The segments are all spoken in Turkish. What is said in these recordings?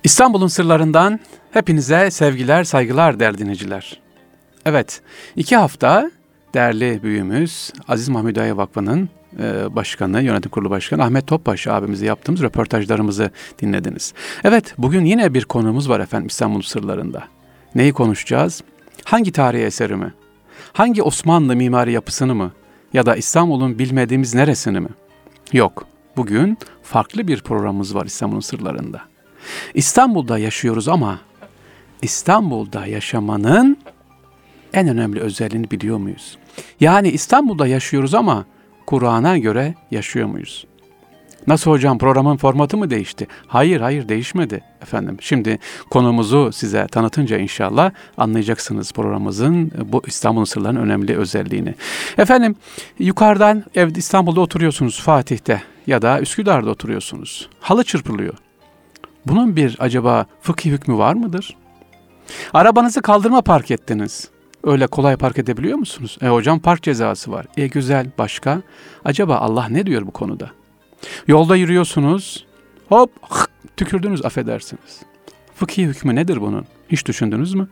İstanbul'un sırlarından hepinize sevgiler, saygılar değerli dinleyiciler. Evet, 2 hafta değerli büyüğümüz Aziz Mahmud Ağa'ya Vakfı'nın başkanı, yönetim kurulu başkanı Ahmet Topbaş abimizle yaptığımız röportajlarımızı dinlediniz. Evet, bugün yine bir konumuz var efendim İstanbul sırlarında. Neyi konuşacağız? Hangi tarihi eseri mi? Hangi Osmanlı mimari yapısını mı? Ya da İstanbul'un bilmediğimiz neresini mi? Yok, bugün farklı bir programımız var İstanbul'un sırlarında. İstanbul'da yaşıyoruz ama İstanbul'da yaşamanın en önemli özelliğini biliyor muyuz? Yani İstanbul'da yaşıyoruz ama Kur'an'a göre yaşıyor muyuz? Nasıl hocam, programın formatı mı değişti? Hayır değişmedi efendim. Şimdi konumuzu size tanıtınca inşallah anlayacaksınız programımızın bu İstanbul'un sırlarının önemli özelliğini. Efendim yukarıdan evde İstanbul'da oturuyorsunuz, Fatih'te ya da Üsküdar'da oturuyorsunuz. Halı çırpılıyor. Bunun bir acaba fıkhi hükmü var mıdır? Arabanızı kaldırıma park ettiniz. Öyle kolay park edebiliyor musunuz? Hocam park cezası var. Güzel, başka? Acaba Allah ne diyor bu konuda? Yolda yürüyorsunuz, hop tükürdünüz, affedersiniz. Fıkhi hükmü nedir bunun? Hiç düşündünüz mü?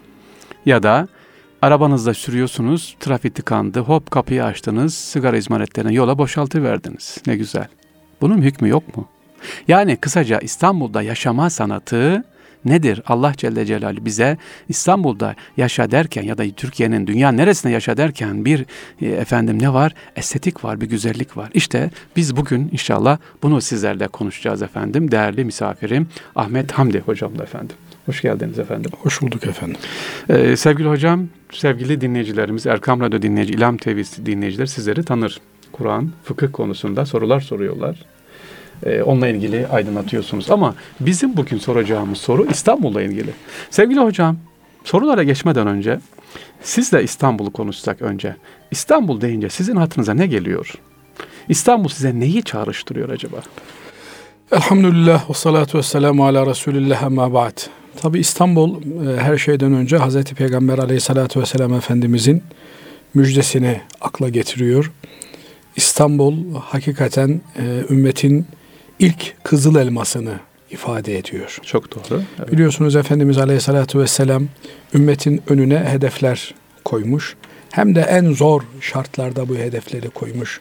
Ya da arabanızda sürüyorsunuz, trafik tıkandı, hop kapıyı açtınız, sigara izmaritlerini yola boşaltıverdiniz. Ne güzel. Bunun hükmü yok mu? Yani kısaca İstanbul'da yaşama sanatı nedir? Allah Celle Celaluhu bize İstanbul'da yaşa derken ya da Türkiye'nin dünya neresinde yaşa derken bir ne var? Estetik var, bir güzellik var. İşte biz bugün inşallah bunu sizlerle konuşacağız efendim. Değerli misafirim Ahmet Hamdi hocamla efendim. Hoş geldiniz efendim. Hoş bulduk efendim. Sevgili hocam, sevgili dinleyicilerimiz, Erkam Radyo dinleyici, İlham TV dinleyiciler sizleri tanır. Kur'an, fıkıh konusunda sorular soruyorlar. Onunla ilgili aydınlatıyorsunuz. Ama bizim bugün soracağımız soru İstanbul'la ilgili. Sevgili hocam, sorulara geçmeden önce sizle İstanbul'u konuşsak önce. İstanbul deyince sizin hatırınıza ne geliyor? İstanbul size neyi çağrıştırıyor acaba? Elhamdülillah ve salatu ve selamu ala Resulillah amma ba'd. Tabi İstanbul her şeyden önce Hazreti Peygamber aleyhissalatu vesselam Efendimizin müjdesini akla getiriyor. İstanbul hakikaten ümmetin ilk kızıl elmasını ifade ediyor. Çok doğru. Evet. Biliyorsunuz Efendimiz Aleyhisselatü Vesselam ümmetin önüne hedefler koymuş. Hem de en zor şartlarda bu hedefleri koymuş.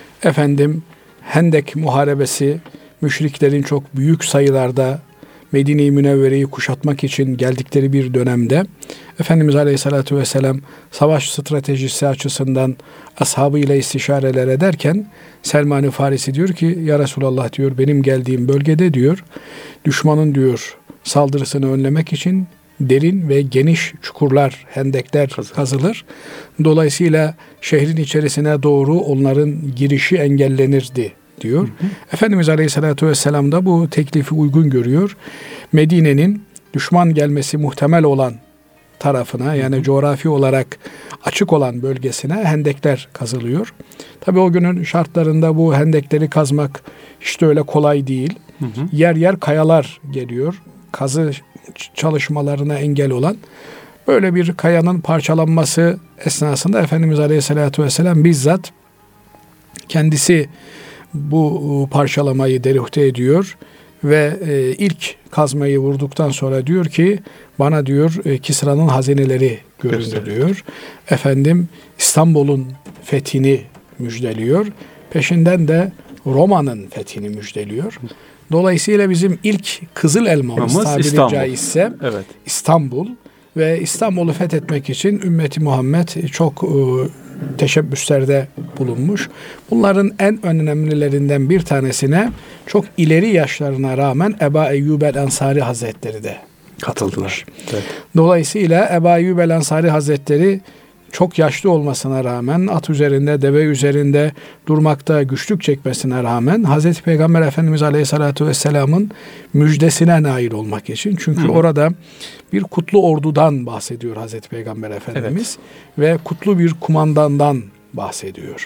Hendek Muharebesi, müşriklerin çok büyük sayılarda Medine-i Münevvere'yi kuşatmak için geldikleri bir dönemde Efendimiz Aleyhisselatü Vesselam savaş stratejisi açısından ashabıyla istişareler ederken Selman-ı Farisi diyor ki ya Resulallah diyor benim geldiğim bölgede diyor düşmanın diyor saldırısını önlemek için derin ve geniş çukurlar, hendekler kazılır. Dolayısıyla şehrin içerisine doğru onların girişi engellenirdi diyor. Efendimiz Aleyhisselatü Vesselam da bu teklifi uygun görüyor. Medine'nin düşman gelmesi muhtemel olan tarafına yani coğrafi olarak açık olan bölgesine hendekler kazılıyor. Tabii o günün şartlarında bu hendekleri kazmak hiç de öyle kolay değil. Yer yer kayalar geliyor. Kazı çalışmalarına engel olan böyle bir kayanın parçalanması esnasında Efendimiz Aleyhisselatü Vesselam bizzat kendisi bu parçalamayı deruhte ediyor ve ilk kazmayı vurduktan sonra diyor ki bana diyor Kisra'nın hazineleri göründü diyor. İstanbul'un fethini müjdeliyor. Peşinden de Roma'nın fethini müjdeliyor. Dolayısıyla bizim ilk kızıl elmamız tabiri caizse İstanbul ve İstanbul'u fethetmek için ümmeti Muhammed çok teşebbüslerde bulunmuş. Bunların en önemlilerinden bir tanesine çok ileri yaşlarına rağmen Ebu Eyyub el-Ensari Hazretleri de katıldılar. Evet. Dolayısıyla Ebu Eyyub el-Ensari Hazretleri çok yaşlı olmasına rağmen at üzerinde, deve üzerinde durmakta güçlük çekmesine rağmen Hazreti Peygamber Efendimiz Aleyhisselatü Vesselam'ın müjdesine nail olmak için. Çünkü orada bir kutlu ordudan bahsediyor Hazreti Peygamber Efendimiz ve kutlu bir kumandandan bahsediyor.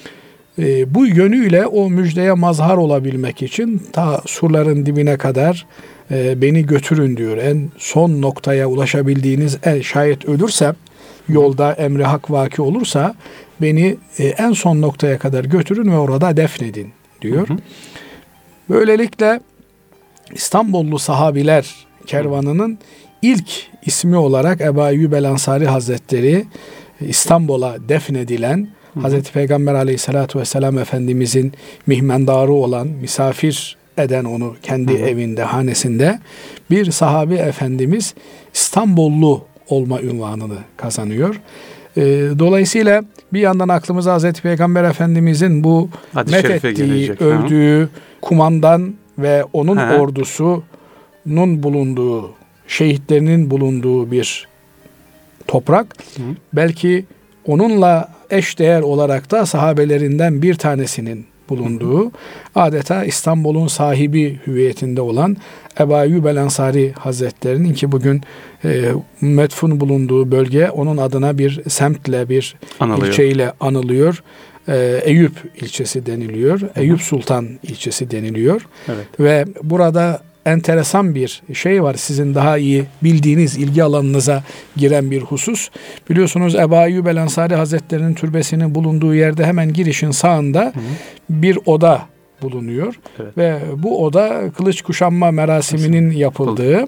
Bu yönüyle o müjdeye mazhar olabilmek için ta surların dibine kadar beni götürün diyor. En son noktaya ulaşabildiğiniz şayet ölürsem yolda emri hak vaki olursa beni en son noktaya kadar götürün ve orada defnedin diyor. Böylelikle İstanbullu sahabiler kervanının ilk ismi olarak Ebu Eyyub el-Ansari Hazretleri İstanbul'a defnedilen Hazreti Peygamber Aleyhisselatü Vesselam Efendimizin mihmendarı olan, misafir eden onu kendi evinde, hanesinde bir sahabi efendimiz İstanbullu olma unvanını kazanıyor. Dolayısıyla bir yandan aklımıza Hazreti Peygamber Efendimizin bu methettiği, övdüğü kumandan ve onun ordusunun bulunduğu, şehitlerinin bulunduğu bir toprak. Belki onunla eşdeğer olarak da sahabelerinden bir tanesinin bulunduğu, adeta İstanbul'un sahibi hüviyetinde olan Ebu Eyyub el-Ansari Hazretleri'nin ki bugün metfun bulunduğu bölge onun adına bir semtle, bir ilçeyle anılıyor. Eyüp ilçesi deniliyor. Eyüp Sultan ilçesi deniliyor. Evet. Ve burada enteresan bir şey var. Sizin daha iyi bildiğiniz, ilgi alanınıza giren bir husus. Biliyorsunuz Ebu Eyyub el-Ansari Hazretleri'nin türbesinin bulunduğu yerde hemen girişin sağında bir oda bulunuyor. Evet. Ve bu oda kılıç kuşanma merasiminin yapıldığı,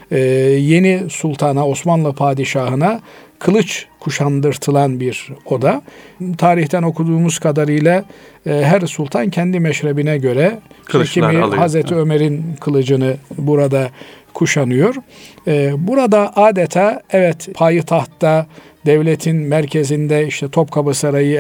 yeni sultana, Osmanlı padişahına kılıç kuşandırtılan bir oda. Tarihten okuduğumuz kadarıyla her sultan kendi meşrebine göre kimi Hazreti Ömer'in kılıcını burada kuşanıyor. Burada adeta payitahtta, devletin merkezinde işte Topkapı Sarayı,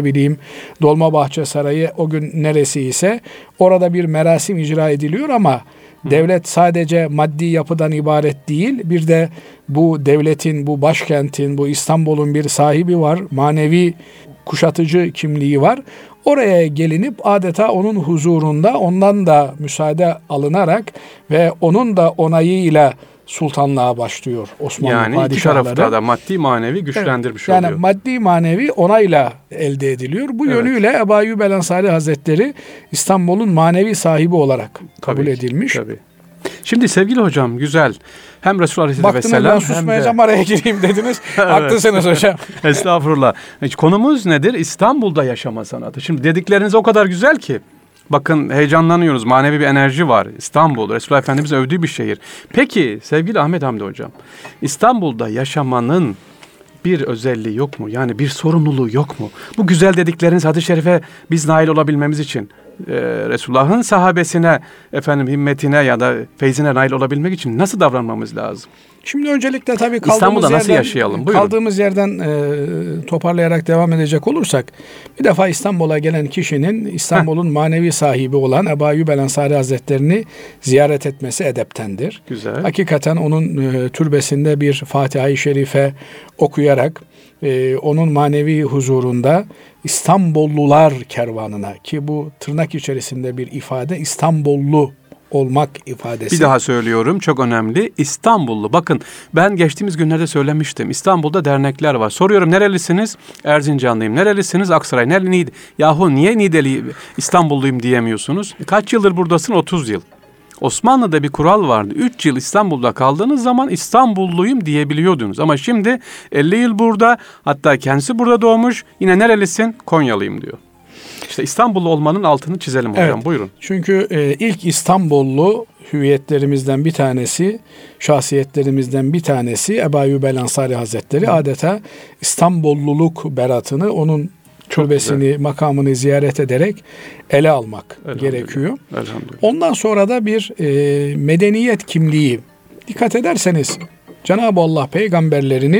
Dolmabahçe Sarayı o gün neresi ise orada bir merasim icra ediliyor ama devlet sadece maddi yapıdan ibaret değil. Bir de bu devletin, bu başkentin, bu İstanbul'un bir sahibi var. Manevi kuşatıcı kimliği var. Oraya gelinip adeta onun huzurunda ondan da müsaade alınarak ve onun da onayıyla sultanlığa başlıyor Osmanlı padişahları. Yani iki tarafta da maddi manevi güçlendirmiş oluyor. Yani maddi manevi onayla elde ediliyor. Bu yönüyle Ebu Eyyub el-Ansari Hazretleri İstanbul'un manevi sahibi olarak kabul edilmiş. Tabii. Şimdi sevgili hocam güzel. Hem Resulullah Aleyhisselam baktınız ben susmayacağım araya gireyim dediniz. Haklısınız hocam. Estağfurullah. Konumuz nedir? İstanbul'da yaşama sanatı. Şimdi dedikleriniz o kadar güzel ki. Bakın heyecanlanıyoruz. Manevi bir enerji var. İstanbul, Resulullah Efendimiz övdüğü bir şehir. Peki sevgili Ahmet Hamdi Hocam, İstanbul'da yaşamanın bir özelliği yok mu? Yani bir sorumluluğu yok mu? Bu güzel dedikleriniz hadis-i şerife biz nail olabilmemiz için, Resulullah'ın sahabesine, himmetine ya da feyzine nail olabilmek için nasıl davranmamız lazım? Şimdi öncelikle tabii İstanbul'da nasıl yaşayalım? Buyurun. Kaldığımız yerden toparlayarak devam edecek olursak, bir defa İstanbul'a gelen kişinin İstanbul'un manevi sahibi olan Ebu Eyyub el-Ansari Hazretlerini ziyaret etmesi edeptendir. Güzel. Hakikaten onun türbesinde bir Fatiha-i Şerife okuyarak onun manevi huzurunda İstanbullular kervanına, ki bu tırnak içerisinde bir ifade, İstanbullu olmak ifadesi. Bir daha söylüyorum, çok önemli. İstanbullu. Bakın ben geçtiğimiz günlerde söylemiştim. İstanbul'da dernekler var. Soruyorum nerelisiniz? Erzincanlıyım. Nerelisiniz? Aksaray. Nereli? Yahu niye Niğdeli İstanbulluyum diyemiyorsunuz? Kaç yıldır buradasın? 30 yıl. Osmanlı'da bir kural vardı. 3 yıl İstanbul'da kaldığınız zaman İstanbulluyum diyebiliyordunuz. Ama şimdi 50 yıl burada, hatta kendisi burada doğmuş. Yine nerelisin? Konyalıyım diyor. İşte İstanbullu olmanın altını çizelim hocam. Evet, buyurun. Çünkü ilk İstanbullu hüviyetlerimizden bir tanesi, şahsiyetlerimizden bir tanesi Ebu Eyyub el-Ansari Hazretleri. Adeta İstanbulluluk beratını, onun türbesini, makamını ziyaret ederek ele almak gerekiyor. Ondan sonra da bir medeniyet kimliği. Dikkat ederseniz Cenab-ı Allah peygamberlerini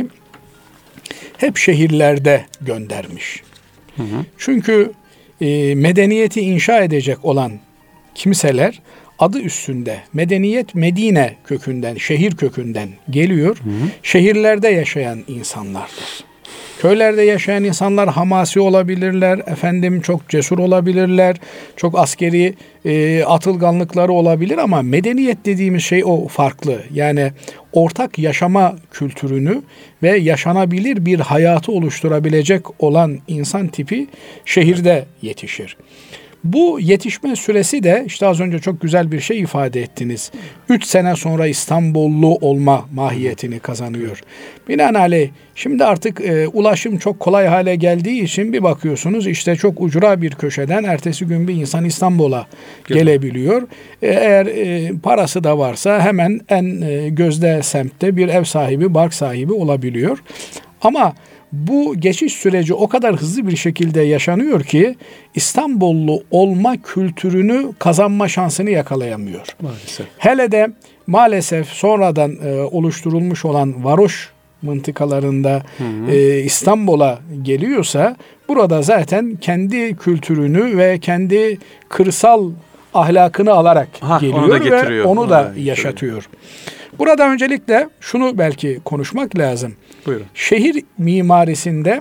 hep şehirlerde göndermiş. Çünkü medeniyeti inşa edecek olan kimseler adı üstünde medeniyet Medine kökünden, şehir kökünden geliyor. Şehirlerde yaşayan insanlardır. Köylerde yaşayan insanlar hamasi olabilirler, çok cesur olabilirler, çok askeri atılganlıkları olabilir ama medeniyet dediğimiz şey o farklı. Yani ortak yaşama kültürünü ve yaşanabilir bir hayatı oluşturabilecek olan insan tipi şehirde yetişir. Bu yetişme süresi de işte az önce çok güzel bir şey ifade ettiniz. 3 sene sonra İstanbullu olma mahiyetini kazanıyor. Binaenaleyh şimdi artık ulaşım çok kolay hale geldiği için bir bakıyorsunuz işte çok ucra bir köşeden ertesi gün bir insan İstanbul'a gelebiliyor. Eğer parası da varsa hemen en gözde semtte bir ev sahibi, bark sahibi olabiliyor. Ama bu geçiş süreci o kadar hızlı bir şekilde yaşanıyor ki İstanbullu olma kültürünü kazanma şansını yakalayamıyor. Maalesef. Hele de maalesef sonradan oluşturulmuş olan varoş mıntıkalarında İstanbul'a geliyorsa burada zaten kendi kültürünü ve kendi kırsal ahlakını alarak geliyor ve onu da yaşatıyor. Burada öncelikle şunu belki konuşmak lazım. Buyurun. Şehir mimarisinde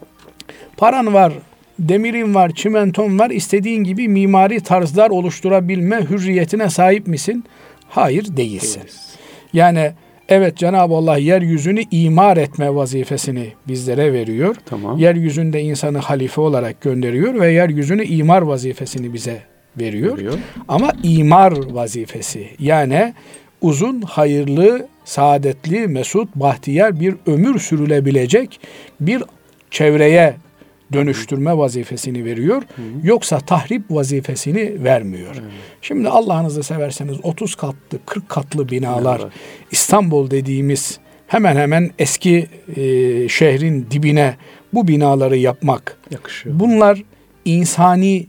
paran var, demirin var, çimenton var, istediğin gibi mimari tarzlar oluşturabilme hürriyetine sahip misin? Hayır, değilsin. Yani evet, Cenab-ı Allah yeryüzünü imar etme vazifesini bizlere veriyor. Tamam. Yeryüzünde insanı halife olarak gönderiyor ve yeryüzünü imar vazifesini bize veriyor. Ama imar vazifesi, yani uzun, hayırlı, saadetli, mesut, bahtiyar bir ömür sürülebilecek bir çevreye dönüştürme vazifesini veriyor. Yoksa tahrip vazifesini vermiyor. Şimdi Allah'ınızı severseniz 30 katlı, 40 katlı binalar, İstanbul dediğimiz hemen hemen eski şehrin dibine bu binaları yapmak yakışıyor. Bunlar insani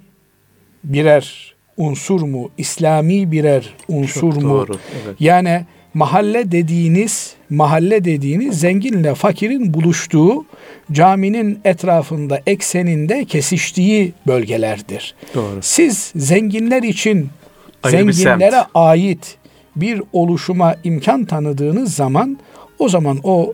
birer unsur mu? İslami birer unsur mu? Doğru, evet. Yani mahalle dediğiniz zenginle fakirin buluştuğu, caminin etrafında, ekseninde kesiştiği bölgelerdir. Doğru. Siz zenginler için Ayrı zenginlere ait bir oluşuma imkan tanıdığınız zaman o zaman o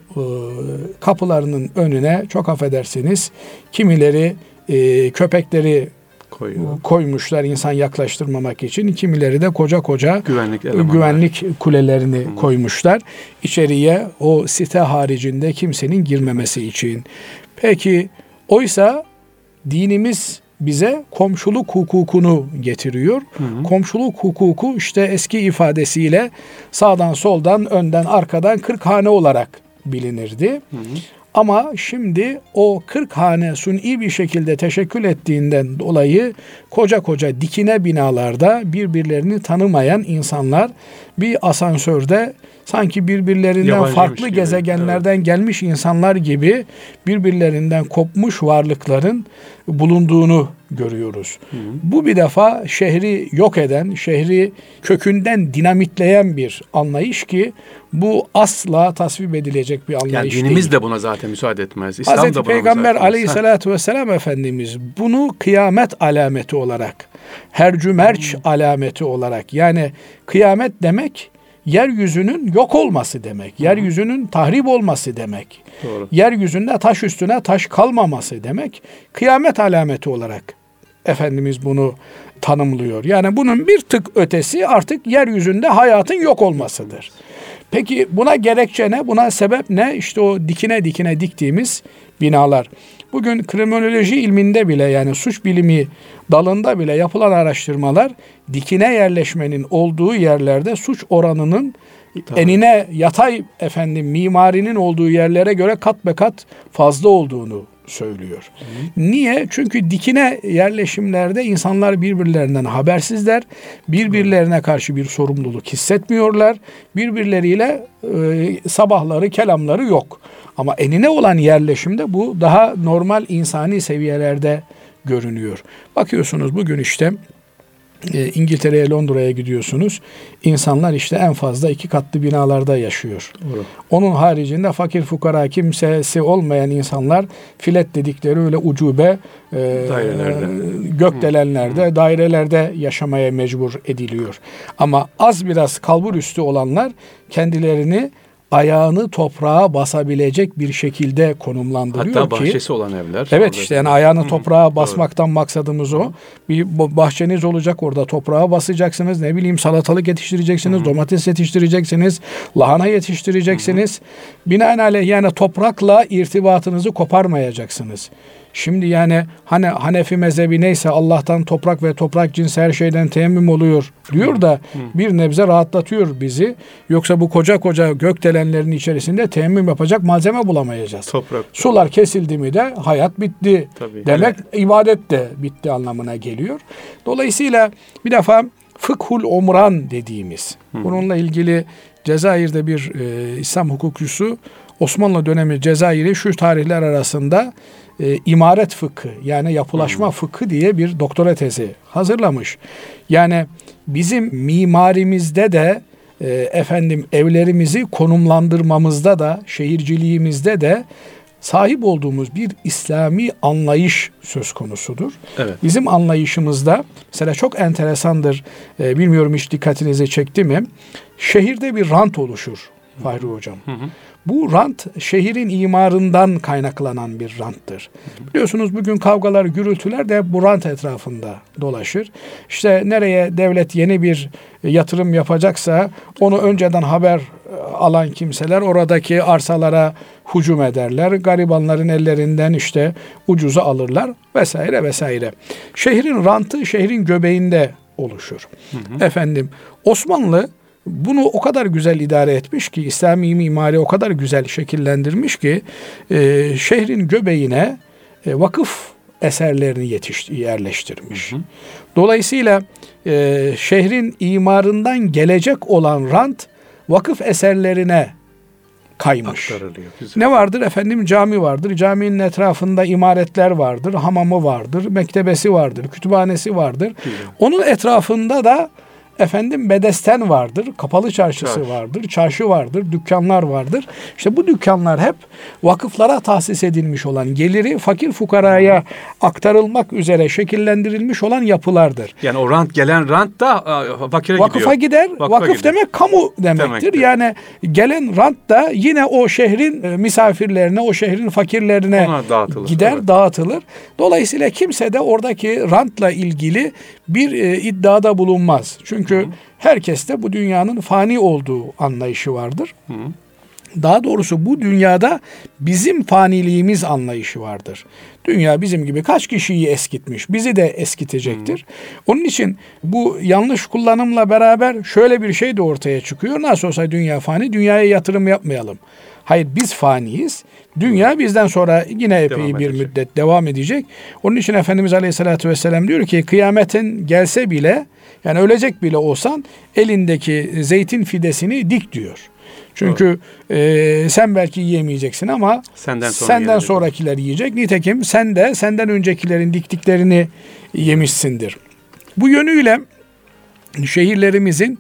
kapılarının önüne çok affedersiniz kimileri köpekleri koymuşlar insan yaklaştırmamak için. Kimileri de koca güvenlik kulelerini koymuşlar. İçeriye o site haricinde kimsenin girmemesi için. Peki oysa dinimiz bize komşuluk hukukunu getiriyor. Komşuluk hukuku işte eski ifadesiyle sağdan soldan önden arkadan 40 hane olarak bilinirdi. Ama şimdi o 40 hane suni bir şekilde teşekkül ettiğinden dolayı koca dikine binalarda birbirlerini tanımayan insanlar bir asansörde sanki birbirlerinden farklı gezegenlerden gelmiş insanlar gibi birbirlerinden kopmuş varlıkların bulunduğunu görüyoruz. Bu bir defa şehri yok eden, şehri kökünden dinamitleyen bir anlayış ki bu asla tasvip edilecek bir anlayış değil. Dinimiz de buna zaten müsaade etmez. İslam Hazreti da buna Peygamber aleyhissalatü vesselam Efendimiz bunu kıyamet alameti olarak, hercümerç alameti olarak, yani kıyamet demek yeryüzünün yok olması demek. Yeryüzünün tahrip olması demek. Doğru. Yeryüzünde taş üstüne taş kalmaması demek. Kıyamet alameti olarak Efendimiz bunu tanımlıyor. Yani bunun bir tık ötesi artık yeryüzünde hayatın yok olmasıdır. Peki buna gerekçe ne? Buna sebep ne? İşte o dikine diktiğimiz binalar. Bugün kriminoloji ilminde bile, yani suç bilimi dalında bile yapılan araştırmalar dikine yerleşmenin olduğu yerlerde suç oranının enine yatay mimarinin olduğu yerlere göre kat be kat fazla olduğunu söylüyor. Niye? Çünkü dikine yerleşimlerde insanlar birbirlerinden habersizler. Birbirlerine karşı bir sorumluluk hissetmiyorlar. Birbirleriyle sabahları, kelamları yok. Ama enine olan yerleşimde bu daha normal insani seviyelerde görünüyor. Bakıyorsunuz bugün işte İngiltere'ye, Londra'ya gidiyorsunuz. İnsanlar işte en fazla 2 katlı binalarda yaşıyor. Evet. Onun haricinde fakir fukara kimsesi olmayan insanlar filet dedikleri öyle ucube gökdelenlerde, dairelerde yaşamaya mecbur ediliyor. Ama az biraz kalbur üstü olanlar kendilerini ayağını toprağa basabilecek bir şekilde konumlandırıyor ki. Hatta bahçesi olan evler. Evet işte yani ayağını toprağa basmaktan maksadımız o. Bir bahçeniz olacak, orada toprağa basacaksınız. Ne bileyim salatalık yetiştireceksiniz, domates yetiştireceksiniz, lahana yetiştireceksiniz. Binaenaleyh yani toprakla irtibatınızı koparmayacaksınız. Şimdi yani hani Hanefi mezhebi neyse Allah'tan toprak ve toprak cinsi her şeyden teyemmüm oluyor diyor da bir nebze rahatlatıyor bizi. Yoksa bu koca koca gökdelenlerin içerisinde teyemmüm yapacak malzeme bulamayacağız. Toprak. Sular kesildi mi de hayat bitti. Tabii. Demek ibadet de bitti anlamına geliyor. Dolayısıyla bir defa fıkhul umran dediğimiz bununla ilgili Cezayir'de bir İslam hukukçusu Osmanlı dönemi Cezayir'i şu tarihler arasında imaret fıkhı yani yapılaşma fıkhı diye bir doktora tezi hazırlamış. Yani bizim mimarimizde de evlerimizi konumlandırmamızda da şehirciliğimizde de sahip olduğumuz bir İslami anlayış söz konusudur. Evet. Bizim anlayışımızda mesela çok enteresandır. Bilmiyorum hiç dikkatinizi çekti mi? Şehirde bir rant oluşur Fahri Hocam. Bu rant şehrin imarından kaynaklanan bir ranttır. Biliyorsunuz bugün kavgalar, gürültüler de bu rant etrafında dolaşır. İşte nereye devlet yeni bir yatırım yapacaksa onu önceden haber alan kimseler oradaki arsalara hücum ederler. Garibanların ellerinden işte ucuza alırlar vesaire vesaire. Şehrin rantı şehrin göbeğinde oluşur. Osmanlı bunu o kadar güzel idare etmiş ki, İslami mimari o kadar güzel şekillendirmiş ki şehrin göbeğine vakıf eserlerini yerleştirmiş. Dolayısıyla şehrin imarından gelecek olan rant vakıf eserlerine kaymış. Ne vardır? Cami vardır. Caminin etrafında imaretler vardır. Hamamı vardır. Mektebesi vardır. Kütüphanesi vardır. Onun etrafında da bedesten vardır, kapalı çarşısı vardır, çarşı vardır, dükkanlar vardır. İşte bu dükkanlar hep vakıflara tahsis edilmiş olan, geliri fakir fukaraya aktarılmak üzere şekillendirilmiş olan yapılardır. Yani o gelen rant da vakıfa gider. Vakıf demek kamu demektir. Yani gelen rant da yine o şehrin misafirlerine, o şehrin fakirlerine gider, dağıtılır. Dolayısıyla kimse de oradaki rantla ilgili bir iddiada bulunmaz. Çünkü herkeste bu dünyanın fani olduğu anlayışı vardır. Daha doğrusu bu dünyada bizim faniliğimiz anlayışı vardır. Dünya bizim gibi kaç kişiyi eskitmiş, bizi de eskitecektir. Onun için bu yanlış kullanımla beraber şöyle bir şey de ortaya çıkıyor. Nasıl olsa dünya fani, dünyaya yatırım yapmayalım. Hayır, biz faniyiz. Dünya bizden sonra yine epey bir müddet devam edecek. Onun için Efendimiz Aleyhisselatü Vesselam diyor ki kıyametin gelse bile, yani ölecek bile olsan elindeki zeytin fidesini dik diyor. Çünkü sen belki yiyemeyeceksin ama senden sonrakiler yiyecek. Nitekim sen de senden öncekilerin diktiklerini yemişsindir. Bu yönüyle şehirlerimizin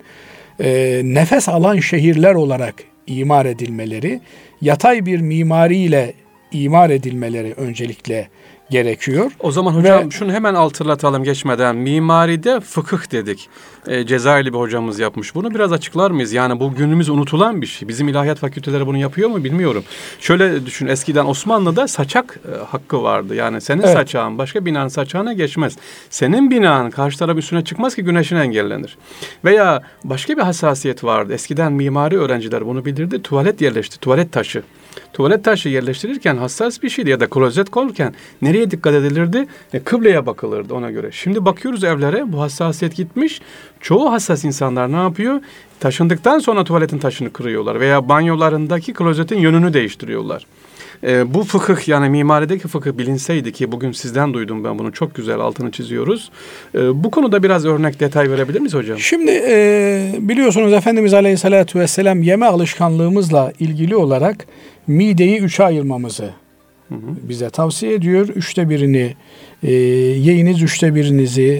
nefes alan şehirler olarak imar edilmeleri, yatay bir mimariyle imar edilmeleri öncelikle gerekiyor. O zaman hocam şunu hemen hatırlatalım geçmeden. Mimaride fıkıh dedik. Cezayirli bir hocamız yapmış. Bunu biraz açıklar mıyız? Yani bu günümüz unutulan bir şey. Bizim ilahiyat fakülteleri bunu yapıyor mu bilmiyorum. Şöyle düşün, eskiden Osmanlı'da saçak hakkı vardı. Yani senin saçağın başka binanın saçağına geçmez. Senin binanın karşı taraf üstüne çıkmaz ki güneşin engellenir. Veya başka bir hassasiyet vardı. Eskiden mimari öğrenciler bunu bilirdi. Tuvalet taşı. Tuvalet taşı yerleştirirken hassas bir şeydi ya da klozet konurken nereye dikkat edilirdi? Kıbleye bakılırdı ona göre. Şimdi bakıyoruz evlere, bu hassasiyet gitmiş. Çoğu hassas insanlar ne yapıyor? Taşındıktan sonra tuvaletin taşını kırıyorlar veya banyolarındaki klozetin yönünü değiştiriyorlar. Bu fıkıh, yani mimarideki fıkıh bilinseydi, ki bugün sizden duydum ben bunu, çok güzel altını çiziyoruz. Bu konuda biraz örnek detay verebilir miyiz hocam? Şimdi biliyorsunuz Efendimiz Aleyhisselatü Vesselam yeme alışkanlığımızla ilgili olarak mideyi 3'e ayırmamızı bize tavsiye ediyor. 3'te birini yiyiniz, 3'te birinizi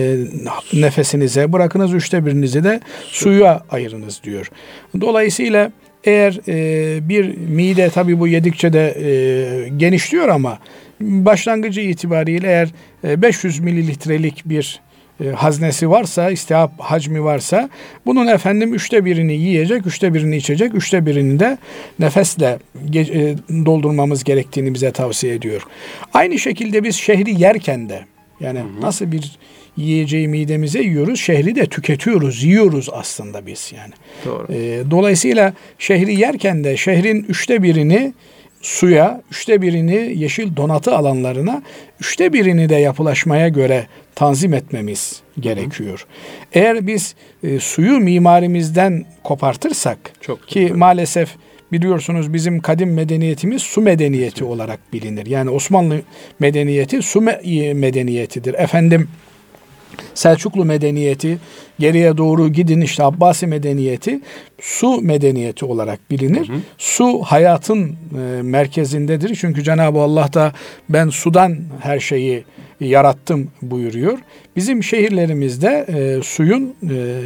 nefesinize bırakınız, 3'te birinizi de suya ayırınız diyor. Dolayısıyla eğer bir mide, tabii bu yedikçe de genişliyor ama başlangıcı itibariyle eğer 500 mililitrelik bir haznesi varsa, istihap hacmi varsa bunun 3'te birini yiyecek, 3'te birini içecek, 3'te birini de nefesle doldurmamız gerektiğini bize tavsiye ediyor. Aynı şekilde biz şehri yerken de, yani nasıl bir yiyeceği midemize yiyoruz, şehri de tüketiyoruz, yiyoruz aslında biz yani. Doğru. Dolayısıyla şehri yerken de şehrin 3'te birini suya, 1/3'ini yeşil donatı alanlarına, 1/3'ini de yapılaşmaya göre tanzim etmemiz gerekiyor. Eğer biz suyu mimarimizden kopartırsak, ki maalesef biliyorsunuz bizim kadim medeniyetimiz su medeniyeti olarak bilinir. Yani Osmanlı medeniyeti su medeniyetidir. Efendim Selçuklu medeniyeti, geriye doğru gidin işte Abbasi medeniyeti su medeniyeti olarak bilinir. Su hayatın merkezindedir. Çünkü Cenab-ı Allah da ben sudan her şeyi yarattım buyuruyor. Bizim şehirlerimizde suyun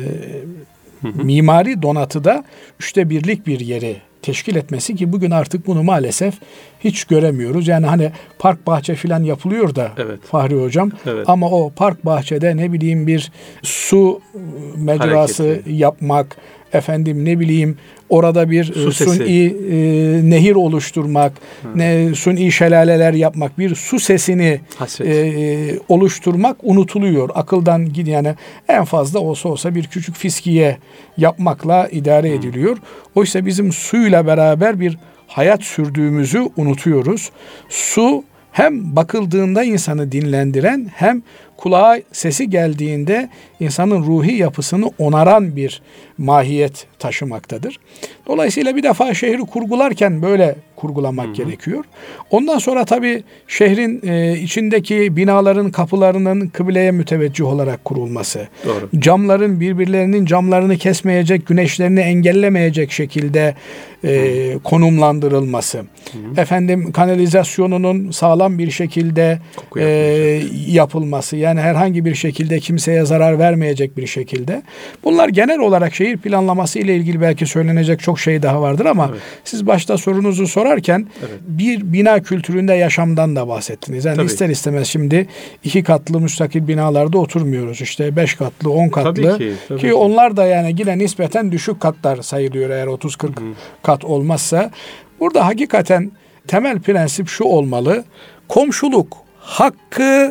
mimari donatıda 1/3'lik bir yeri teşkil etmesi, ki bugün artık bunu maalesef hiç göremiyoruz. Yani hani park bahçe filan yapılıyor da Fahri Hocam, ama o park bahçede ne bileyim bir su mecrası yapmak, efendim ne bileyim orada bir suni nehir oluşturmak, suni şelaleler yapmak, bir su sesini oluşturmak unutuluyor. Akıldan gidiyor. Yani en fazla olsa bir küçük fiskiye yapmakla idare ediliyor. Oysa bizim suyla beraber bir hayat sürdüğümüzü unutuyoruz. Su hem bakıldığında insanı dinlendiren, hem kulağa sesi geldiğinde insanın ruhi yapısını onaran bir mahiyet taşımaktadır. Dolayısıyla bir defa şehri kurgularken böyle kurgulamak gerekiyor. Ondan sonra tabii şehrin içindeki binaların kapılarının kıbleye müteveccih olarak kurulması, camların birbirlerinin camlarını kesmeyecek, güneşlerini engellemeyecek şekilde konumlandırılması, efendim kanalizasyonunun sağlam bir şekilde yapılması, yani herhangi bir şekilde kimseye zarar vermeyecek bir şekilde. Bunlar genel olarak şehir planlaması ile ilgili belki söylenecek çok şey daha vardır ama siz başta sorunuzu sorarken bir bina kültüründe yaşamdan da bahsettiniz. Yani ister istemez şimdi 2 katlı müstakil binalarda oturmuyoruz. İşte 5 katlı, 10 katlı ki onlar da yani yine nispeten düşük katlar sayılıyor eğer 30-40 kat olmazsa. Burada hakikaten temel prensip şu olmalı: komşuluk hakkı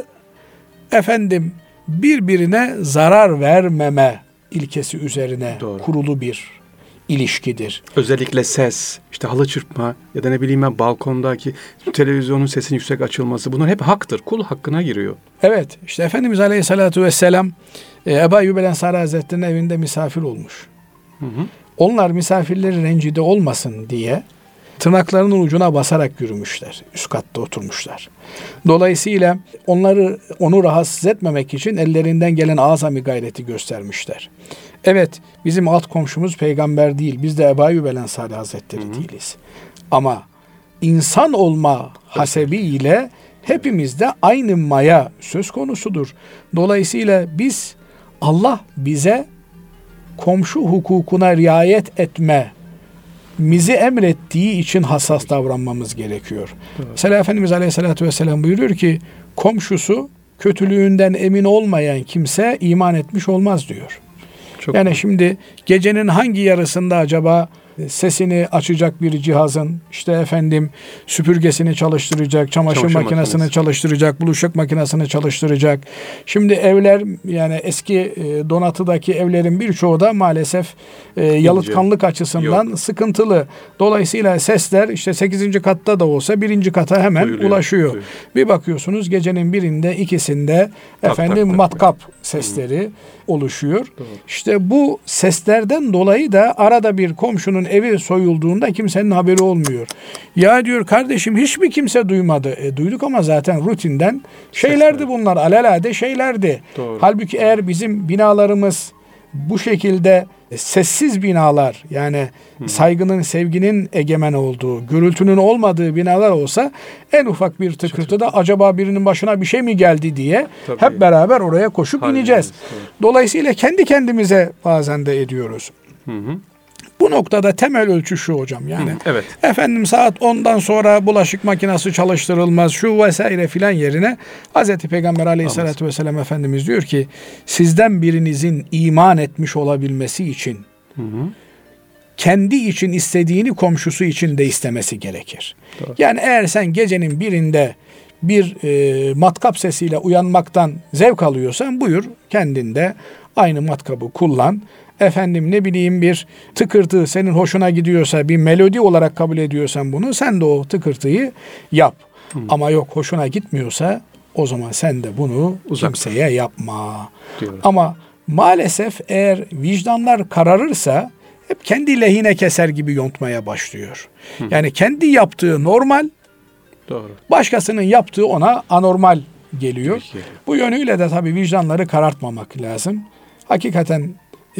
birbirine zarar vermeme ilkesi üzerine kurulu bir ilişkidir. Özellikle ses, işte halı çırpma ya da ne bileyim ben balkondaki televizyonun sesinin yüksek açılması, bunlar hep haktır. Kul hakkına giriyor. Evet, işte Efendimiz Aleyhisselatü Vesselam Ebu Eyyub el-Ensari Hazretleri'nin evinde misafir olmuş. Onlar misafirleri rencide olmasın diye tırnaklarının ucuna basarak yürümüşler. Üst katta oturmuşlar. Dolayısıyla onu rahatsız etmemek için ellerinden gelen azami gayreti göstermişler. Evet, bizim alt komşumuz peygamber değil. Biz de Ebu Eyyub el-Ensari Hazretleri değiliz. Ama insan olma hasebiyle hepimizde aynı maya söz konusudur. Dolayısıyla Allah bize komşu hukukuna riayet etmemizi emrettiği için hassas davranmamız gerekiyor. Mesela Efendimiz Aleyhisselatü Vesselam buyuruyor ki komşusu kötülüğünden emin olmayan kimse iman etmiş olmaz diyor. Yani şimdi gecenin hangi yarısında acaba sesini açacak bir cihazın, süpürgesini çalıştıracak, çamaşır makinesini çalıştıracak, bulaşık makinesini çalıştıracak. Şimdi evler, yani eski donatıdaki evlerin birçoğu da maalesef yalıtkanlık açısından sıkıntılı. Dolayısıyla sesler 8. katta da olsa 1. kata hemen ulaşıyor. Bir bakıyorsunuz gecenin birinde, ikisinde matkap sesleri oluşuyor. İşte bu seslerden dolayı da arada bir komşunun evi soyulduğunda kimsenin haberi olmuyor. Ya diyor kardeşim, hiç mi kimse duymadı? Duyduk ama zaten rutinden şeylerdi bunlar. Alelade şeylerdi. Halbuki eğer bizim binalarımız bu şekilde sessiz binalar, yani saygının, sevginin egemen olduğu, gürültünün olmadığı binalar olsa en ufak bir tıkırtıda acaba birinin başına bir şey mi geldi diye hep beraber oraya koşup ineceğiz. Dolayısıyla kendi kendimize bazen de ediyoruz. Bu noktada temel ölçü şu hocam, yani saat 10'dan sonra bulaşık makinesi çalıştırılmaz şu vesaire filan yerine Hz. Peygamber Aleyhisselatü Vesselam Efendimiz diyor ki sizden birinizin iman etmiş olabilmesi için kendi için istediğini komşusu için de istemesi gerekir. Yani eğer sen gecenin birinde bir matkap sesiyle uyanmaktan zevk alıyorsan buyur kendinde aynı matkabı kullan. Efendim ne bileyim bir tıkırtı senin hoşuna gidiyorsa, bir melodi olarak kabul ediyorsan bunu, sen de o tıkırtıyı yap. Ama yok hoşuna gitmiyorsa o zaman sen de bunu kimseye yapma. Diyoruz. Ama maalesef eğer vicdanlar kararırsa hep kendi lehine keser gibi yontmaya başlıyor. Yani kendi yaptığı normal, Doğru. başkasının yaptığı ona anormal geliyor. Peki. Bu yönüyle de tabii vicdanları karartmamak lazım. Hakikaten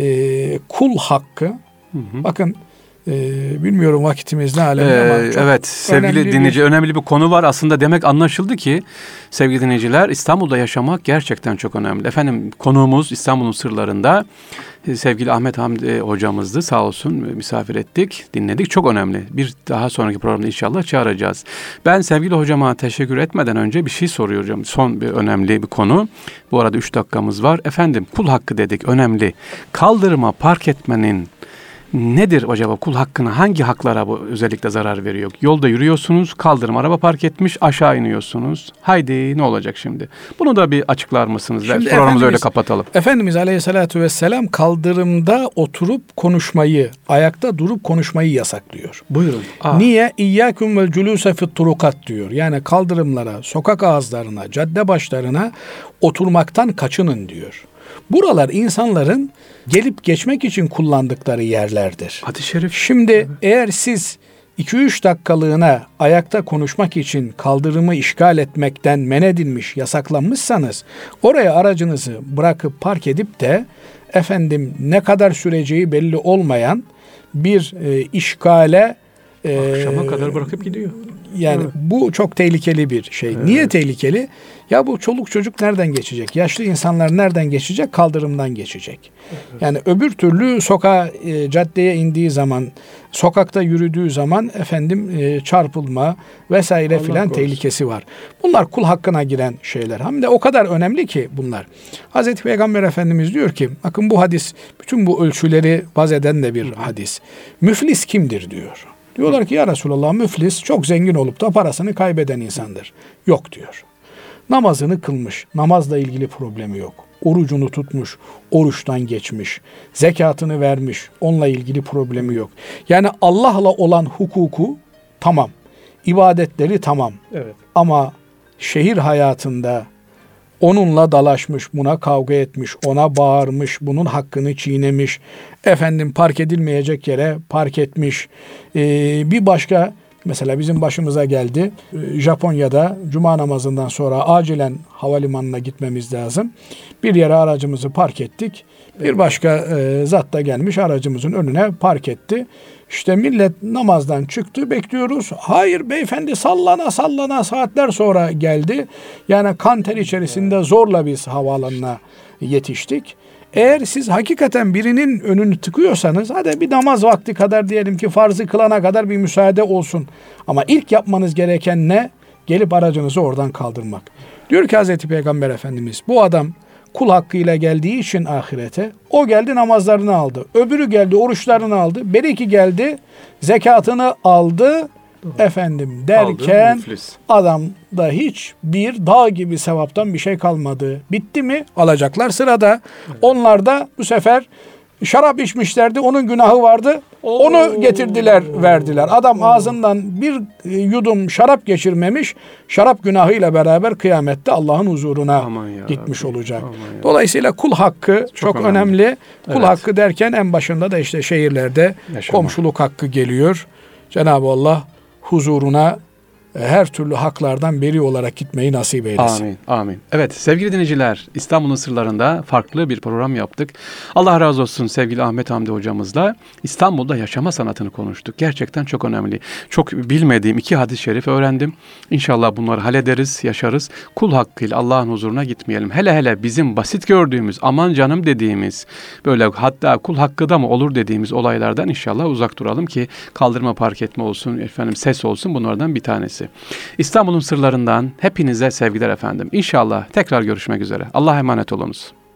kul hakkı, bakın bilmiyorum vakitimiz ne alemde ama çok evet sevgili dinleyici, önemli bir konu var. Aslında demek anlaşıldı ki sevgili dinleyiciler, İstanbul'da yaşamak gerçekten çok önemli. Efendim konuğumuz İstanbul'un sırlarında sevgili Ahmet Hamdi hocamızdı. Sağ olsun misafir ettik, dinledik. Çok önemli. Bir daha sonraki programda inşallah çağıracağız. Ben sevgili hocama teşekkür etmeden önce bir şey soruyorum. Son bir önemli bir konu. Bu arada 3 dakikamız var. Efendim kul hakkı dedik, önemli. Kaldırıma park etmenin nedir acaba, kul hakkına hangi haklara bu özellikle zarar veriyor? Yolda yürüyorsunuz, kaldırım araba park etmiş, aşağı iniyorsunuz. Haydi ne olacak şimdi? Bunu da bir açıklar mısınız? Şimdi Programımızı öyle kapatalım. Efendimiz Aleyhisselatü Vesselam kaldırımda oturup konuşmayı, ayakta durup konuşmayı yasaklıyor. Buyurun. Niye? İyyâküm vel culûse fit turukat diyor. Yani kaldırımlara, sokak ağızlarına, cadde başlarına oturmaktan kaçının diyor. Buralar insanların gelip geçmek için kullandıkları yerlerdir. Hadis-i şerif. Şimdi eğer siz 2-3 dakikalığına ayakta konuşmak için kaldırımı işgal etmekten men edilmiş, yasaklanmışsanız oraya aracınızı bırakıp park edip de efendim ne kadar süreceği belli olmayan bir işgale Akşama kadar bırakıp gidiyor. Yani bu çok tehlikeli bir şey. Evet. Niye tehlikeli? Ya bu çoluk çocuk nereden geçecek? Yaşlı insanlar nereden geçecek? Kaldırımdan geçecek. Evet. Yani öbür türlü sokağa, caddeye indiği zaman, sokakta yürüdüğü zaman efendim çarpılma vesaire filan tehlikesi var. Bunlar kul hakkına giren şeyler. Hem de o kadar önemli ki bunlar. Hazreti Peygamber Efendimiz diyor ki, bakın bu hadis bütün bu ölçüleri vaz eden de bir hadis. Müflis kimdir diyor. Diyorlar ki ya Resulallah, müflis çok zengin olup da parasını kaybeden insandır. Yok diyor. Namazını kılmış, namazla ilgili problemi yok. Orucunu tutmuş, oruçtan geçmiş. Zekatını vermiş, onunla ilgili problemi yok. Yani Allah'la olan hukuku tamam. İbadetleri tamam. Evet. Ama şehir hayatında onunla dalaşmış, buna kavga etmiş, ona bağırmış, bunun hakkını çiğnemiş, efendim park edilmeyecek yere park etmiş. Bir başka, mesela bizim başımıza geldi. Japonya'da cuma namazından sonra acilen havalimanına gitmemiz lazım. Bir yere aracımızı park ettik. Bir başka zat da gelmiş, aracımızın önüne park etti. İşte millet namazdan çıktı, bekliyoruz. Hayır beyefendi, sallana sallana saatler sonra geldi. Yani kan ter içerisinde zorla biz havaalanına yetiştik. Eğer siz hakikaten birinin önünü tıkıyorsanız, hadi bir namaz vakti kadar, diyelim ki farzı kılana kadar bir müsaade olsun. Ama ilk yapmanız gereken ne? Gelip aracınızı oradan kaldırmak. Diyor ki Hazreti Peygamber Efendimiz, bu adam kul hakkıyla geldiği için ahirete, o geldi namazlarını aldı. Öbürü geldi oruçlarını aldı. Beriki geldi zekatını aldı. Efendim derken adamda hiç bir dağ gibi sevaptan bir şey kalmadı. Bitti mi? Alacaklar sırada. Evet. Onlar da bu sefer şarap içmişlerdi. Onun günahı vardı. Onu getirdiler, verdiler. Adam ağzından bir yudum şarap geçirmemiş. Şarap günahıyla beraber kıyamette Allah'ın huzuruna gitmiş olacak. Dolayısıyla kul hakkı çok önemli. Kul hakkı derken en başında da işte şehirlerde komşuluk hakkı geliyor. Cenab-ı Allah huzuruna her türlü haklardan beri olarak gitmeyi nasip eylesin. Amin, amin. Evet sevgili dinleyiciler, İstanbul'un sırlarında farklı bir program yaptık. Allah razı olsun sevgili Ahmet Hamdi hocamızla İstanbul'da yaşama sanatını konuştuk. Gerçekten çok önemli. Çok bilmediğim 2 hadis-i şerif öğrendim. İnşallah bunları hallederiz, yaşarız. Kul hakkıyla Allah'ın huzuruna gitmeyelim. Hele hele bizim basit gördüğümüz, aman canım dediğimiz, böyle hatta kul hakkı da mı olur dediğimiz olaylardan inşallah uzak duralım ki kaldırma park etme olsun, efendim ses olsun, bunlardan bir tanesi. İstanbul'un sırlarından hepinize sevgiler efendim. İnşallah tekrar görüşmek üzere. Allah'a emanet olunuz.